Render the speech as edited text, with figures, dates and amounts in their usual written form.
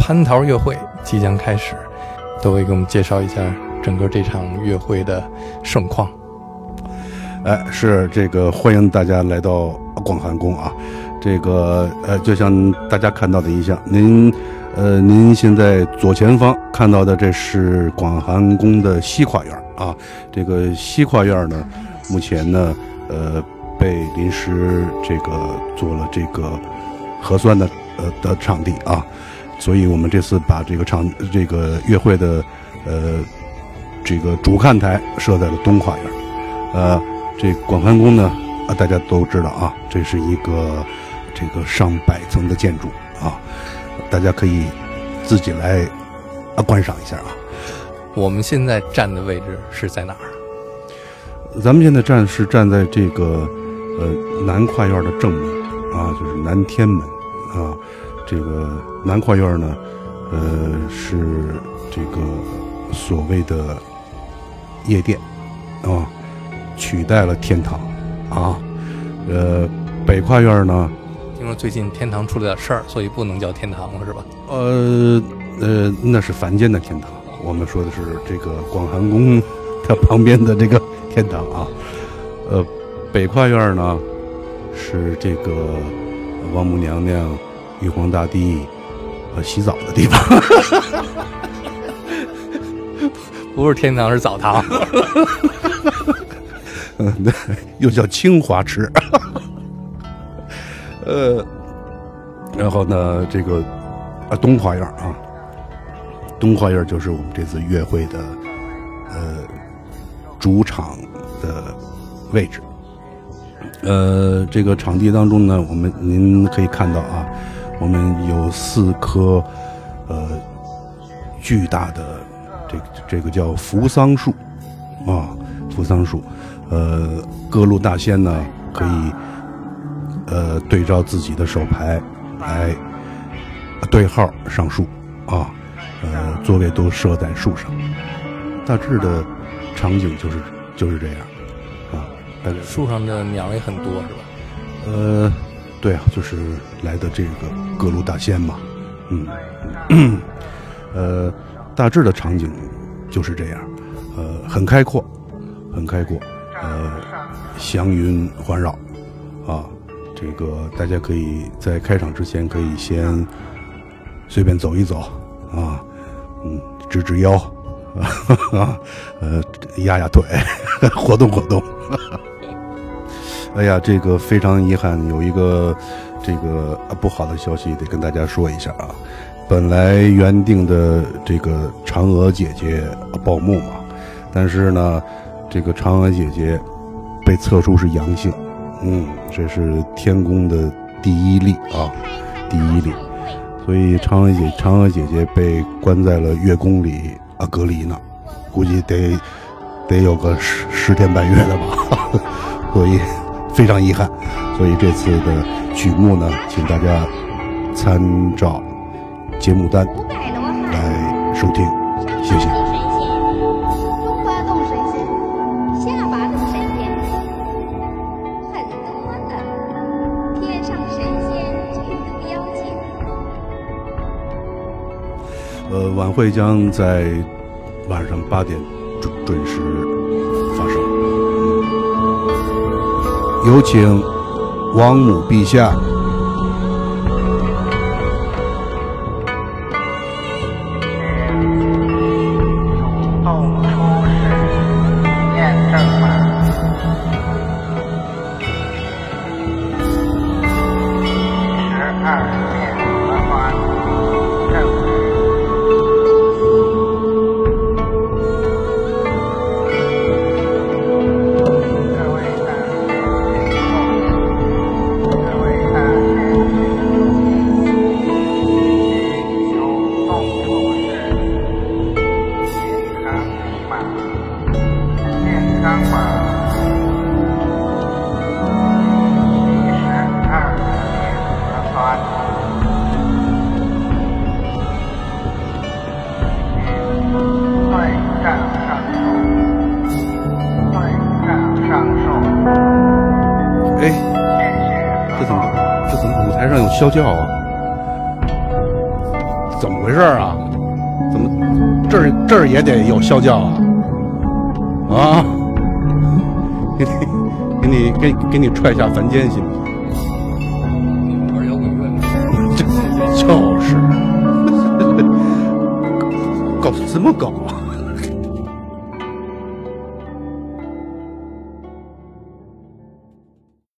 蟠桃乐会即将开始，都会给我们介绍一下整个这场乐会的盛况。 是这个欢迎大家来到广寒宫啊。这个就像大家看到的一样，您现在左前方看到的这是广寒宫的西跨院啊。这个西跨院呢，目前呢被临时这个做了这个核酸的场地啊，所以我们这次把这个乐会的这个主看台设在了东跨院。这广寒宫呢大家都知道啊，这是一个这个上百层的建筑啊，大家可以自己来观赏一下啊。 我们现在站的位置是在哪儿？ 咱们现在站在这个南跨院的正门啊，就是南天门啊。这个南跨院呢是这个所谓的夜店啊，取代了天堂啊。北跨院呢， 听说最近天堂出了点事儿，所以不能叫天堂了，是吧？ 那是凡间的天堂，我们说的是这个广寒宫它旁边的这个天堂啊。北跨院呢是这个王母娘娘、玉皇大帝洗澡的地方。 不是天堂，是澡堂。 又叫清华池。然后呢，这个东跨院啊，东跨院就是我们这次乐会的主场的位置。这个场地当中呢，您可以看到啊，我们有4棵巨大的这个叫扶桑树啊，扶桑树。各路大仙呢可以对照自己的手牌来对号上树啊。座位都设在树上，大致的场景就是这样啊。 树上的鸟也很多是吧？ 对啊，就是来的这个各路大仙嘛。大致的场景就是这样，很开阔，很开阔。祥云环绕啊，这个大家可以在开场之前可以先随便走一走啊，直直腰啊，压压腿，活动活动。哎呀，这个非常遗憾，有一个这个不好的消息得跟大家说一下啊。本来原定的这个嫦娥姐姐报幕嘛，但是呢，这个嫦娥姐姐被测出是阳性，这是天宫的第一例啊，第一例，所以嫦娥姐姐被关在了乐宫里隔离呢，估计得有个10天半月了吧，所以非常遗憾。所以这次的曲目呢，请大家参照节目单来收听，谢谢。晚会将在晚上8点准时发生。有请王母陛下。这怎么舞台上有啸叫啊？ 怎么回事啊？怎么这儿也得有啸叫啊？啊！给你踹下凡间行不行？ 玩摇滚乐， 就是搞什么搞啊？